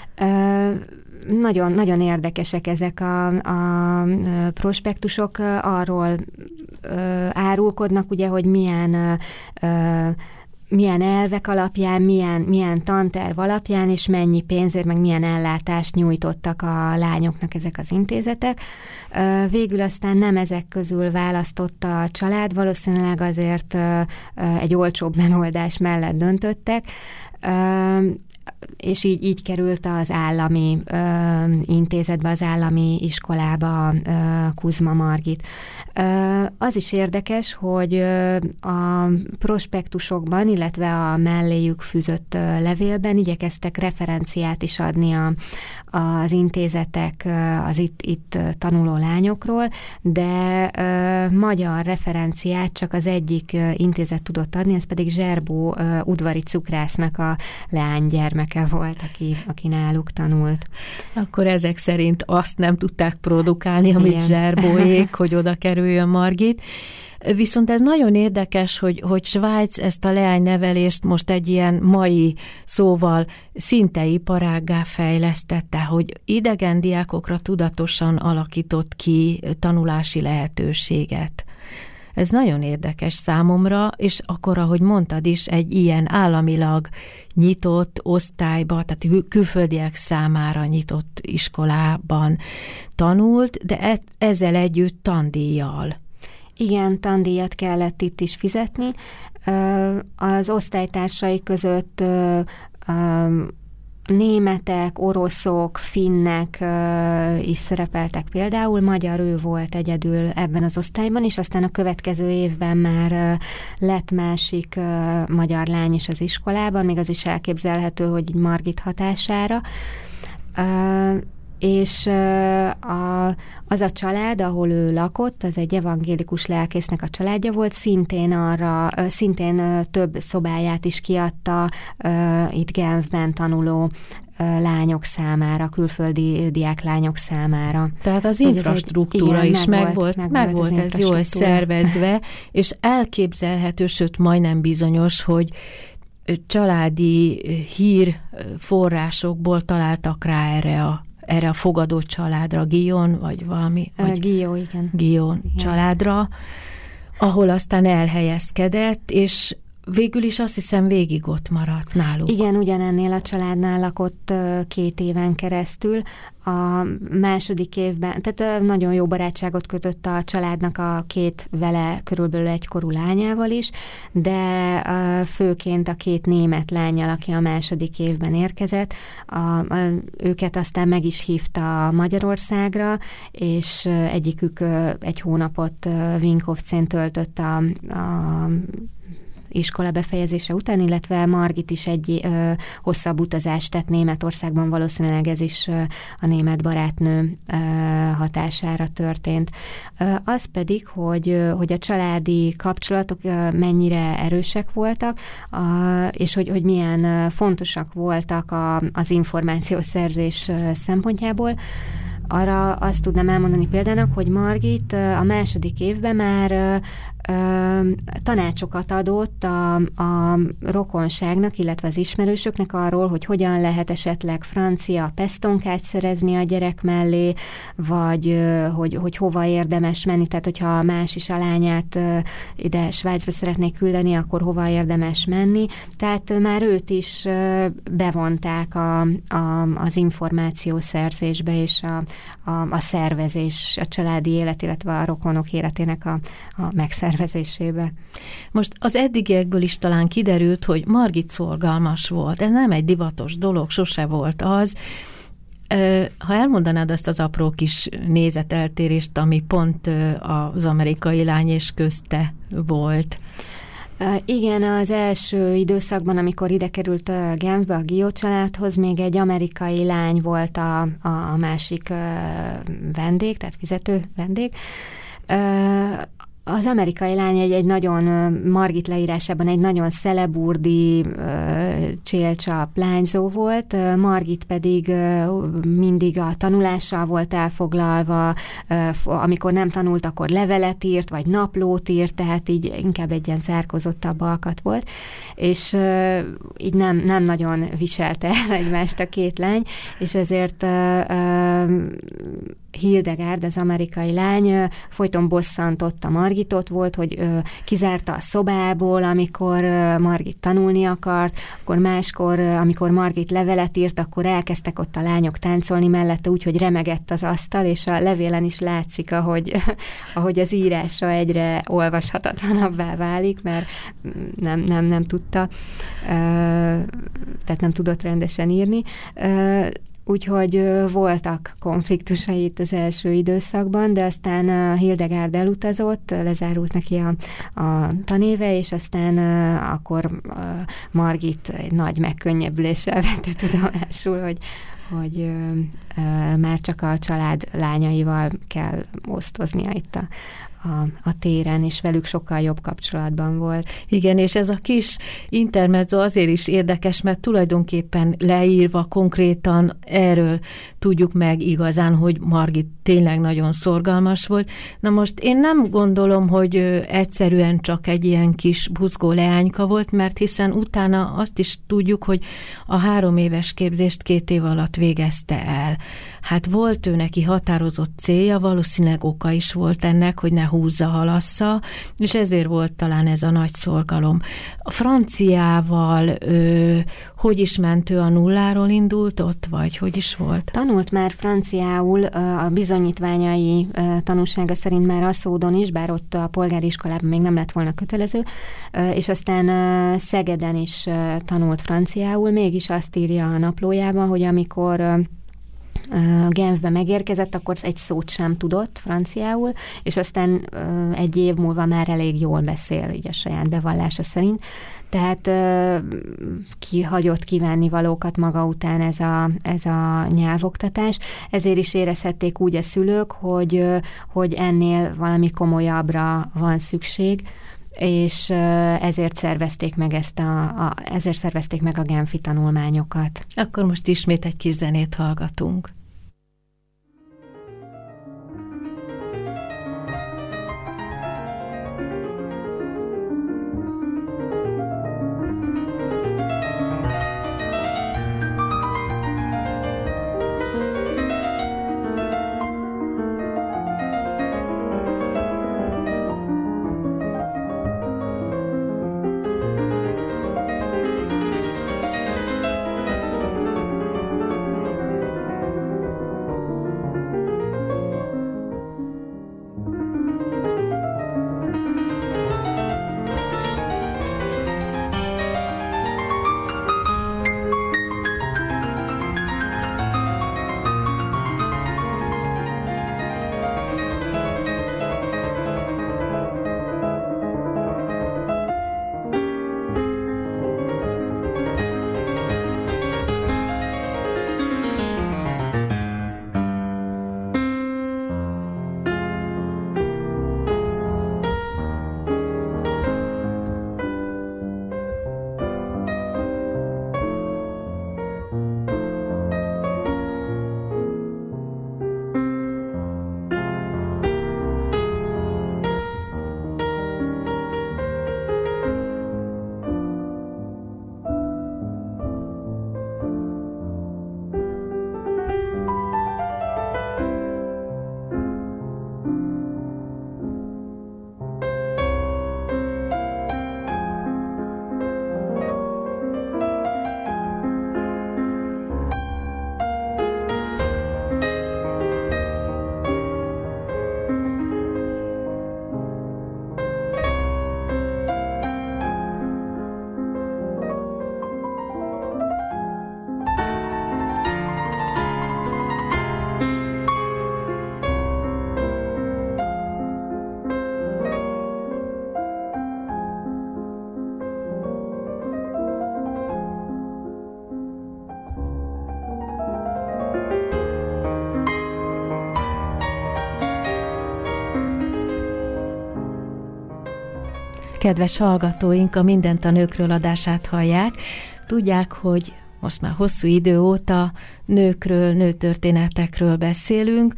Nagyon, nagyon érdekesek ezek a prospektusok, arról árulkodnak, ugye, hogy milyen elvek alapján, milyen tanterv alapján, és mennyi pénzért, meg milyen ellátást nyújtottak a lányoknak ezek az intézetek. Végül aztán nem ezek közül választotta a család, valószínűleg azért egy olcsóbb megoldás mellett döntöttek, és így került az állami intézetbe, az állami iskolába Kuzma Margit. Az is érdekes, hogy a prospektusokban, illetve a melléjük fűzött levélben igyekeztek referenciát is adni az intézetek az itt tanuló lányokról, de magyar referenciát csak az egyik intézet tudott adni, ez pedig Zserbó udvari cukrásznak a leánygyermeke volt, aki náluk tanult. Akkor ezek szerint azt nem tudták produkálni, amit Zserbóék, hogy oda kerüljön Margit. Viszont ez nagyon érdekes, hogy Svájc ezt a leánynevelést most egy ilyen mai szóval szinte iparággá fejlesztette, hogy idegen diákokra tudatosan alakított ki tanulási lehetőséget. Ez nagyon érdekes számomra, és akkor, ahogy mondtad is, egy ilyen államilag nyitott osztályba, tehát külföldiek számára nyitott iskolában tanult, de ezzel együtt tandíjjal. Igen, tandíjat kellett itt is fizetni. Az osztálytársai között németek, oroszok, finnek is szerepeltek például, magyar ő volt egyedül ebben az osztályban, és aztán a következő évben már lett másik magyar lány is az iskolában, még az is elképzelhető, hogy így Margit hatására. és az a család, ahol ő lakott, az egy evangélikus lelkésznek a családja volt, szintén több szobáját is kiadta itt Genfben tanuló lányok számára, külföldi diáklányok számára. Tehát az infrastruktúra is megvolt ez jól szervezve, és elképzelhető, sőt majdnem bizonyos, hogy családi hírforrásokból találtak rá erre a fogadó családra, Guillaume, vagy valami? Guillaume, igen. Guillaume családra, ahol aztán elhelyezkedett, és végül is azt hiszem végig ott maradt náluk. Igen, ugyanennél a családnál lakott 2 éven keresztül. A második évben, tehát nagyon jó barátságot kötött a családnak a 2 vele körülbelül egykorú lányával is, de főként a 2 német lánnyal, aki a második évben érkezett, őket aztán meg is hívta Magyarországra, és egyikük 1 hónapot Vinkovcén töltött a iskola befejezése után, illetve Margit is egy hosszabb utazást tett Németországban, valószínűleg ez is a német barátnő hatására történt. Az pedig, hogy a családi kapcsolatok mennyire erősek voltak, és hogy milyen fontosak voltak az információszerzés szempontjából. Arra azt tudnám elmondani példának, hogy Margit a második évben már tanácsokat adott a rokonságnak, illetve az ismerősöknek arról, hogy hogyan lehet esetleg francia pesztonkát szerezni a gyerek mellé, vagy hogy hova érdemes menni, tehát hogyha más is a lányát ide Svájcba szeretnék küldeni, akkor hova érdemes menni. Tehát már őt is bevonták az információszerzésbe és a szervezés, a családi élet, illetve a rokonok életének a megszervezésébe. Most az eddigiekből is talán kiderült, hogy Margit szorgalmas volt. Ez nem egy divatos dolog, sose volt az. Ha elmondanád azt az apró kis nézeteltérést, ami pont az amerikai lány és közte volt. Igen, az első időszakban, amikor ide került Genfbe a Guillaume családhoz, még egy amerikai lány volt a másik vendég, tehát fizető vendég. Az amerikai lány egy nagyon, Margit leírásában egy nagyon szeleburdi, csélcsap lányzó volt, Margit pedig mindig a tanulással volt elfoglalva, amikor nem tanult, akkor levelet írt, vagy naplót írt, tehát így inkább egy ilyen zárkózottabb alkat volt, és így nem nagyon viselte el egymást a 2 lány, és ezért Hildegard, az amerikai lány folyton bosszantotta Margitot, volt, hogy kizárta a szobából, amikor Margit tanulni akart, akkor máskor, amikor Margit levelet írt, akkor elkezdtek ott a lányok táncolni mellette, úgyhogy remegett az asztal, és a levélen is látszik, ahogy az írása egyre olvashatatlanabbá válik, mert nem tudta, tehát nem tudott rendesen írni. Úgyhogy voltak konfliktusai itt az első időszakban, de aztán Hildegard elutazott, lezárult neki a tanéve, és aztán akkor Margit egy nagy megkönnyebbüléssel vette tudomásul, hogy már csak a család lányaival kell osztoznia itt a téren, és velük sokkal jobb kapcsolatban volt. Igen, és ez a kis intermezzo azért is érdekes, mert tulajdonképpen leírva konkrétan erről tudjuk meg igazán, hogy Margit tényleg nagyon szorgalmas volt. Na most én nem gondolom, hogy egyszerűen csak egy ilyen kis buzgó leányka volt, mert hiszen utána azt is tudjuk, hogy a 3 éves képzést 2 év alatt végezte el. Hát volt ő neki határozott célja, valószínűleg oka is volt ennek, hogy ne húzza, halassza, és ezért volt talán ez a nagy szorgalom. A franciával hogy is ment ő, a nulláról indult ott, vagy hogy is volt? Tanult már franciául, a bizonyítványai tanúsága szerint már Aszódon is, bár ott a polgári iskolában még nem lett volna kötelező, és aztán Szegeden is tanult franciául, mégis azt írja a naplójában, hogy amikor Genfbe megérkezett, akkor egy szót sem tudott franciául, és aztán egy év múlva már elég jól beszél, így a saját bevallása szerint. Tehát kihagyott kívánni valókat maga után ez a nyelvoktatás. Ezért is érezhették úgy a szülők, hogy ennél valami komolyabbra van szükség, és ezért szervezték meg ezért szervezték meg a genfi tanulmányokat. Akkor most ismét egy kis zenét hallgatunk. Kedves hallgatóink, a Mindent a nőkről adását hallják. Tudják, hogy most már hosszú idő óta nőkről, nőtörténetekről beszélünk.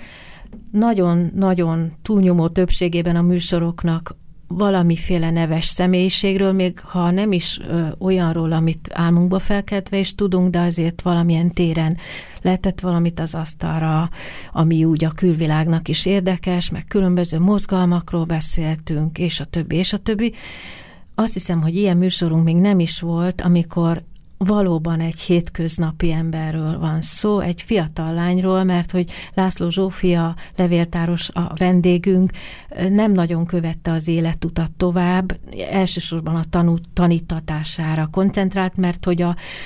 Nagyon-nagyon túlnyomó többségében a műsoroknak valamiféle neves személyiségről, még ha nem is olyanról, amit álmunkba felkeltve is tudunk, de azért valamilyen téren letett valamit az asztalra, ami úgy a külvilágnak is érdekes, meg különböző mozgalmakról beszéltünk, és a többi, és a többi. Azt hiszem, hogy ilyen műsorunk még nem is volt, amikor valóban egy hétköznapi emberről van szó, egy fiatal lányról, mert hogy László Zsófia levéltáros a vendégünk nem nagyon követte az életutat tovább, elsősorban a tanítatására koncentrált, mert hogy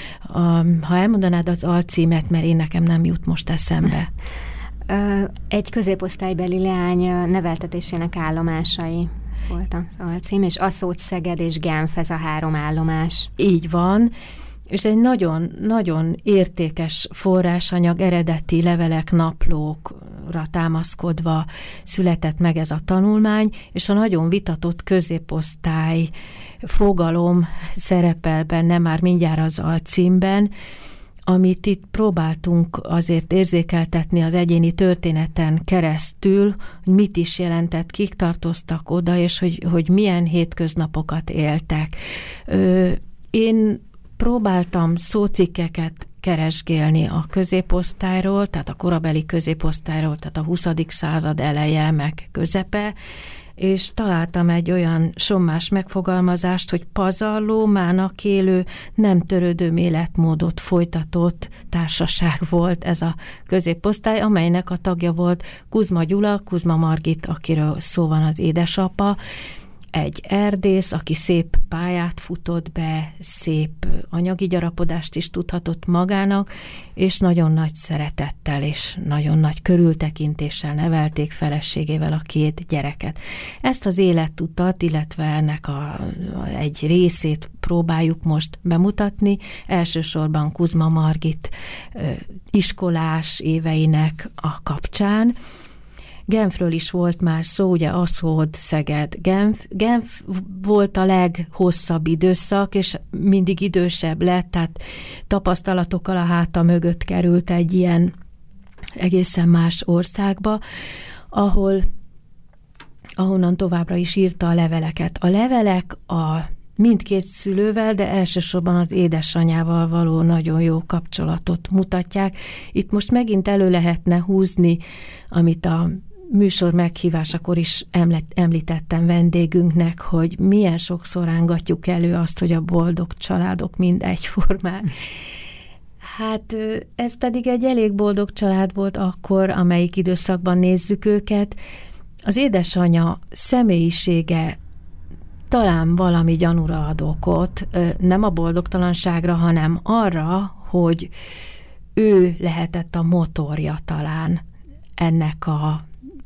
ha elmondanád az alcímet, mert én nekem nem jut most eszembe. Egy középosztálybeli leány neveltetésének állomásai. Ez volt az alcím, és Aszód, Szeged és Genf, ez a 3 állomás. Így van, és egy nagyon értékes forrásanyag, eredeti levelek, naplókra támaszkodva született meg ez a tanulmány, és a nagyon vitatott középosztály fogalom szerepel benne már mindjárt az alcímben, amit itt próbáltunk azért érzékeltetni az egyéni történeten keresztül, hogy mit is jelentett, kik tartoztak oda, és hogy milyen hétköznapokat éltek. Én próbáltam szócikkeket keresgélni a középosztályról, tehát a korabeli középosztályról, tehát a 20. század eleje meg közepe, és találtam egy olyan sommás megfogalmazást, hogy pazarló, mának élő, nem törődő életmódot folytatott társaság volt ez a középosztály, amelynek a tagja volt Kuzma Gyula, Kuzma Margit, akiről szó van, az édesapa, egy erdész, aki szép pályát futott be, szép anyagi gyarapodást is tudhatott magának, és nagyon nagy szeretettel és nagyon nagy körültekintéssel nevelték feleségével a 2 gyereket. Ezt az életutat, illetve ennek egy részét próbáljuk most bemutatni, elsősorban Kuzma Margit iskolás éveinek a kapcsán. Genfről is volt már szó, ugye Aszód, Szeged, Genf volt a leghosszabb időszak, és mindig idősebb lett, tehát tapasztalatokkal a háta mögött került egy ilyen egészen más országba, ahonnan továbbra is írta a leveleket. A levelek mindkét szülővel, de elsősorban az édesanyjával való nagyon jó kapcsolatot mutatják. Itt most megint elő lehetne húzni, amit a műsor meghívásakor is említettem vendégünknek, hogy milyen sokszor rángatjuk elő azt, hogy a boldog családok mind egyformán. Hát ez pedig egy elég boldog család volt akkor, amelyik időszakban nézzük őket. Az édesanyja személyisége talán valami gyanúra ad okot, nem a boldogtalanságra, hanem arra, hogy ő lehetett a motorja talán ennek a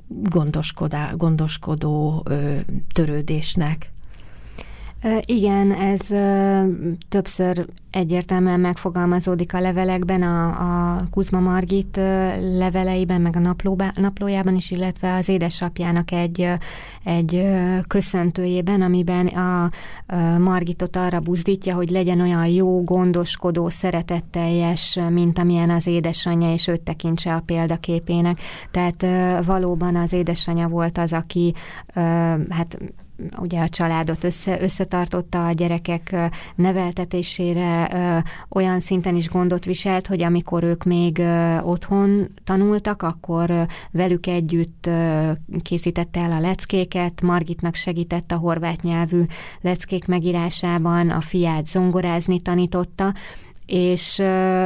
gondoskodó törődésnek. Igen, ez többször egyértelműen megfogalmazódik a levelekben, a Kuzma Margit leveleiben, meg a naplójában is, illetve az édesapjának egy köszöntőjében, amiben a Margitot arra buzdítja, hogy legyen olyan jó, gondoskodó, szeretetteljes, mint amilyen az édesanyja, és őt tekintse a példaképének. Tehát valóban az édesanyja volt az, aki ugye a családot összetartotta, a gyerekek neveltetésére olyan szinten is gondot viselt, hogy amikor ők még otthon tanultak, akkor velük együtt készítette el a leckéket, Margitnak segített a horvát nyelvű leckék megírásában, a fiát zongorázni tanította, és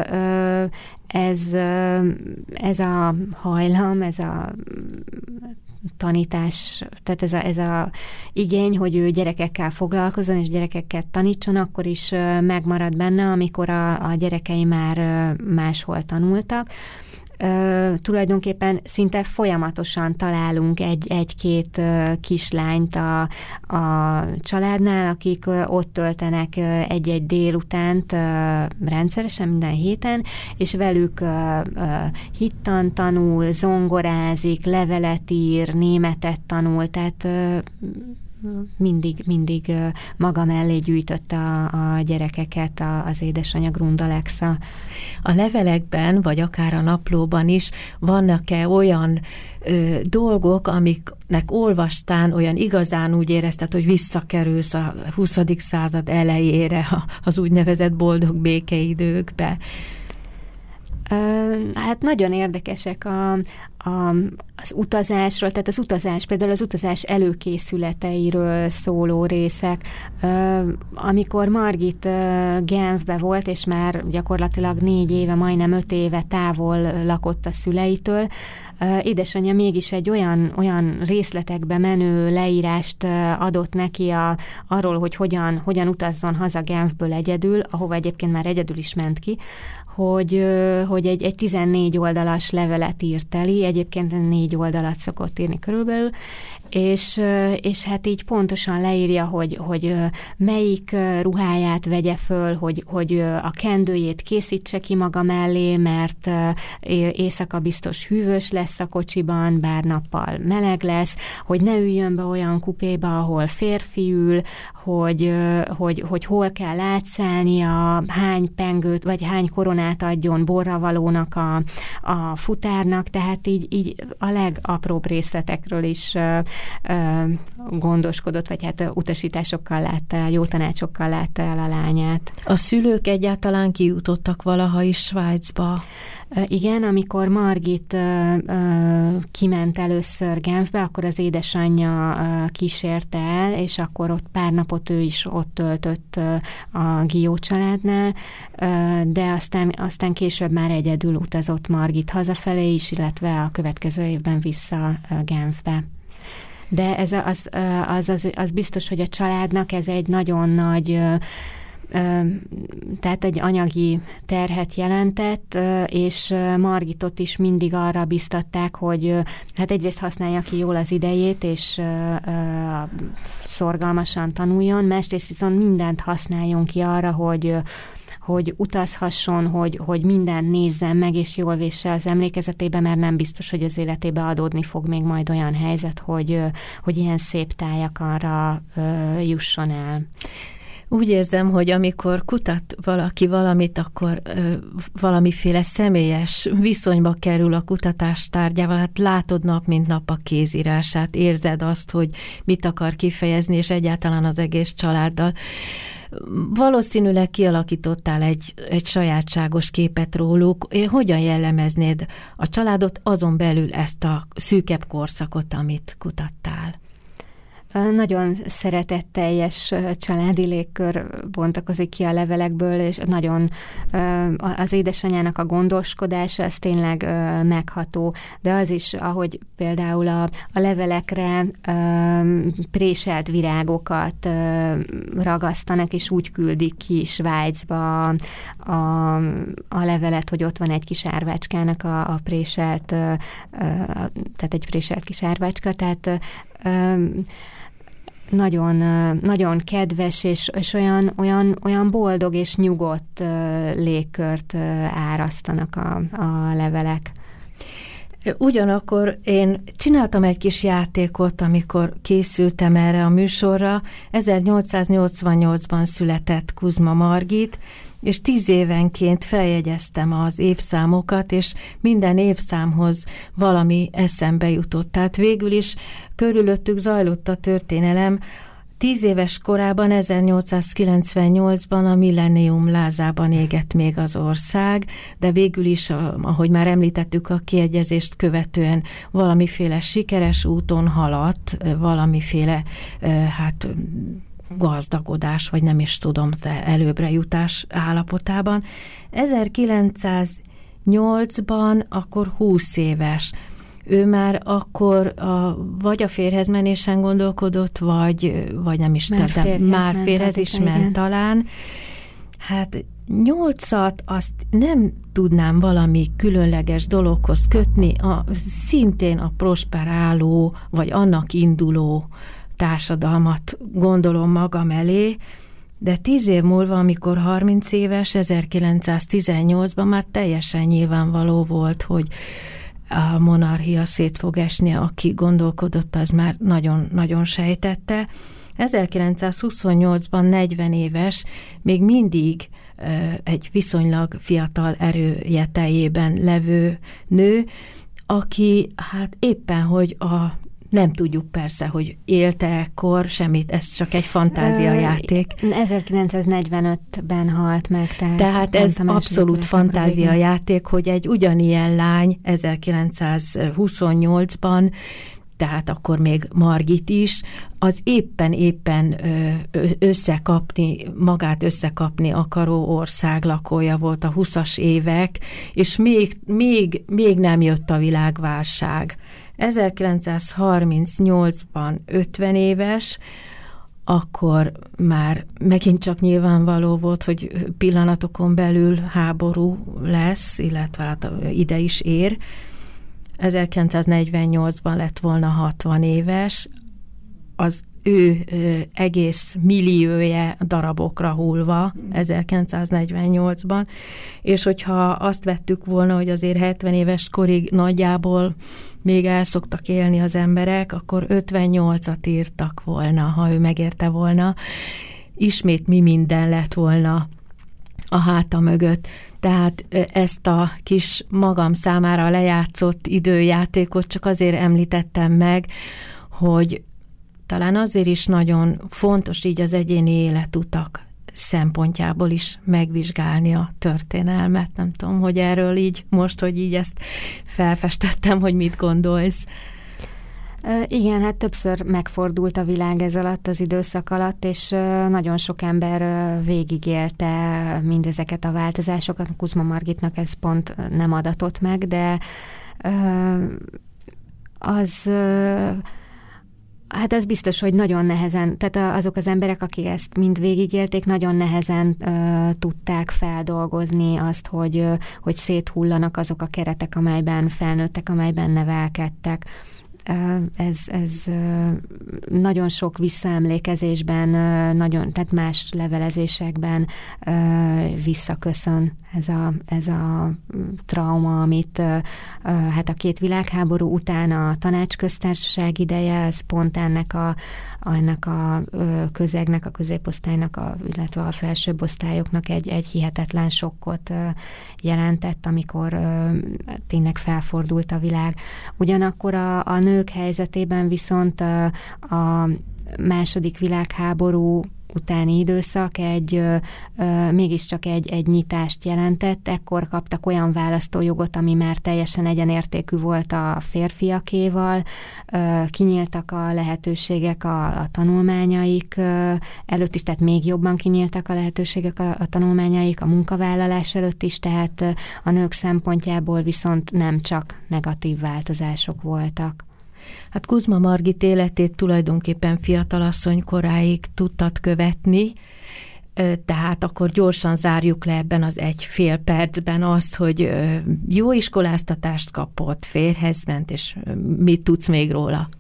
ez a hajlam, ez a tanítás, tehát ez a igény, hogy ő gyerekekkel foglalkozzon, és gyerekekkel tanítson, akkor is megmarad benne, amikor a gyerekei már máshol tanultak. Tulajdonképpen szinte folyamatosan találunk egy-két kislányt a családnál, akik ott töltenek egy-egy délutánt rendszeresen minden héten, és velük hittan tanul, zongorázik, levelet ír, németet tanul, tehát mindig maga mellé gyűjtötte a gyerekeket az édesanyja Grund Alexa. A levelekben, vagy akár a naplóban is vannak-e olyan dolgok, amiknek olvastán olyan igazán úgy érezted, hogy visszakerülsz a 20. század elejére, az úgynevezett boldog békeidőkbe? Hát nagyon érdekesek az utazásról, tehát például az utazás előkészületeiről szóló részek. Amikor Margit Genfbe volt, és már gyakorlatilag 4 éve, majdnem 5 éve távol lakott a szüleitől, édesanyja mégis egy olyan részletekbe menő leírást adott neki arról, hogy hogyan utazzon haza Genfből egyedül, ahova egyébként már egyedül is ment ki, hogy egy 14 oldalas levelet írt eli, egyébként 4 oldalat szokott írni körülbelül, és hát így pontosan leírja, hogy melyik ruháját vegye föl, hogy a kendőjét készítse ki maga mellé, mert éjszaka biztos hűvös lesz a kocsiban, bár nappal meleg lesz, hogy ne üljön be olyan kupéba, ahol férfi ül, hogy hol kell átszállnia, hány pengőt, vagy hány koronát adjon borravalónak a futárnak, tehát így a legapróbb részletekről is gondoskodott, vagy hát utasításokkal látta, jó tanácsokkal látta el a lányát. A szülők egyáltalán kijutottak valaha is Svájcba? Igen, amikor Margit kiment először Genfbe, akkor az édesanyja kísérte el, és akkor ott pár napot ő is ott töltött a Guillot családnál, de aztán később már egyedül utazott Margit hazafelé is, illetve a következő évben vissza Genfbe. De ez az biztos, hogy a családnak ez egy nagyon nagy, tehát egy anyagi terhet jelentett, és Margitot is mindig arra biztatták, hogy hát egyrészt használja ki jól az idejét, és szorgalmasan tanuljon, másrészt viszont mindent használjon ki arra, hogy utazhasson, hogy mindent nézzen meg, és jól vésse az emlékezetébe, mert nem biztos, hogy az életébe adódni fog még majd olyan helyzet, hogy ilyen szép tájakra jusson el. Úgy érzem, hogy amikor kutat valaki valamit, akkor valamiféle személyes viszonyba kerül a kutatás tárgyával, hát látod nap mint nap a kézírását, érzed azt, hogy mit akar kifejezni, és egyáltalán az egész családdal. Valószínűleg kialakítottál egy sajátságos képet róluk. Hogyan jellemeznéd a családot, azon belül ezt a szűkebb korszakot, amit kutattál? Nagyon szeretetteljes családi légkör bontakozik ki a levelekből, és nagyon az édesanyának a gondoskodása, ez tényleg megható, de az is, ahogy például a levelekre préselt virágokat ragasztanak, és úgy küldik ki Svájcba a levelet, hogy ott van egy kis árvácskának a préselt, tehát egy préselt kis árvácska, tehát nagyon, nagyon kedves, és olyan boldog és nyugodt légkört árasztanak a levelek. Ugyanakkor én csináltam egy kis játékot, amikor készültem erre a műsorra. 1888-ban született Kuzma Margit, és 10 évenként feljegyeztem az évszámokat, és minden évszámhoz valami eszembe jutott. Tehát végül is körülöttük zajlott a történelem. 10 éves korában, 1898-ban a millennium lázában égett még az ország, de végül is, ahogy már említettük, a kiegyezést követően valamiféle sikeres úton haladt, valamiféle gazdagodás, vagy nem is tudom, de előbbre jutás állapotában. 1908-ban akkor 20 éves. Ő már akkor vagy a férjezmenésen gondolkodott, vagy nem is tudom, már férhez is ment talán. Hát 8-at azt nem tudnám valami különleges dologhoz kötni, szintén a prosperáló, vagy annak induló társadalmat gondolom magam elé, de 10 év múlva, amikor 30 éves, 1918-ban már teljesen nyilvánvaló volt, hogy a monarchia szét fog esni, aki gondolkodott, az már nagyon-nagyon sejtette. 1928-ban 40 éves, még mindig egy viszonylag fiatal erője teljében levő nő, aki hát éppen, hogy nem tudjuk persze, hogy élte ekkor semmit, ez csak egy fantáziajáték. 1945-ben halt meg. Tehát ez abszolút fantáziajáték, hogy egy ugyanilyen lány 1928-ban, tehát akkor még Margit is, az éppen magát összekapni akaró ország lakója volt a 20-as évek, és még nem jött a világválság. 1938-ban 50 éves, akkor már megint csak nyilvánvaló volt, hogy pillanatokon belül háború lesz, illetve hát ide is ér. 1948-ban lett volna 60 éves, az ő egész milliója darabokra hullva 1948-ban, és hogyha azt vettük volna, hogy azért 70 éves korig nagyjából még el szoktak élni az emberek, akkor 58-at írtak volna, ha ő megérte volna. Ismét mi minden lett volna a háta mögött. Tehát ezt a kis magam számára lejátszott időjátékot csak azért említettem meg, hogy talán azért is nagyon fontos így az egyéni életutak szempontjából is megvizsgálni a történelmet. Nem tudom, hogy erről így most, hogy így ezt felfestettem, hogy mit gondolsz. Igen, hát többször megfordult a világ ez alatt, az időszak alatt, és nagyon sok ember végigélte mindezeket a változásokat. Kuzma Margitnak ez pont nem adatott meg, de Hát ez biztos, hogy nagyon nehezen, tehát azok az emberek, akik ezt mind végigélték, nagyon nehezen tudták feldolgozni azt, hogy széthullanak azok a keretek, amelyben felnőttek, amelyben nevelkedtek. Ez nagyon sok visszaemlékezésben, tehát más levelezésekben visszaköszön ez a trauma, amit hát a 2 világháború után a tanácsköztársaság ideje, ez pont ennek a közegnek, a középosztálynak, illetve a felsőbb osztályoknak egy hihetetlen sokkot jelentett, amikor tényleg felfordult a világ. Ugyanakkor a nők helyzetében viszont a második világháború utáni időszak mégiscsak egy nyitást jelentett. Ekkor kaptak olyan választójogot, ami már teljesen egyenértékű volt a férfiakéval, kinyíltak a lehetőségek a tanulmányaik előtt is, tehát még jobban kinyíltak a lehetőségek a tanulmányaik, a munkavállalás előtt is, tehát a nők szempontjából viszont nem csak negatív változások voltak. Hát Kuzma Margit életét tulajdonképpen fiatalasszony koráig tudtad követni, tehát akkor gyorsan zárjuk le ebben az 1,5 percben azt, hogy jó iskoláztatást kapott, férjhez ment, és mit tudsz még róla?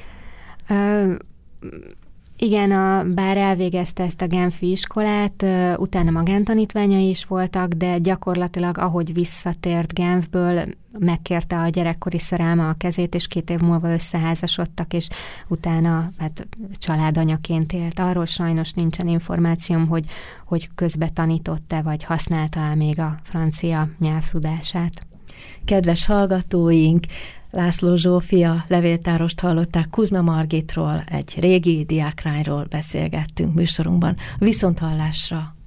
Igen, bár elvégezte ezt a genfi iskolát, utána magántanítványai is voltak, de gyakorlatilag ahogy visszatért Genfből, megkérte a gyerekkori szerelme a kezét, és 2 év múlva összeházasodtak, és utána hát családanyaként élt. Arról sajnos nincsen információm, hogy közbe tanított-e, vagy használta még a francia nyelvtudását. Kedves hallgatóink, László Zsófia levéltárost hallották, Kuzma Margitról, egy régi diáklányról beszélgettünk műsorunkban. Viszonthallásra!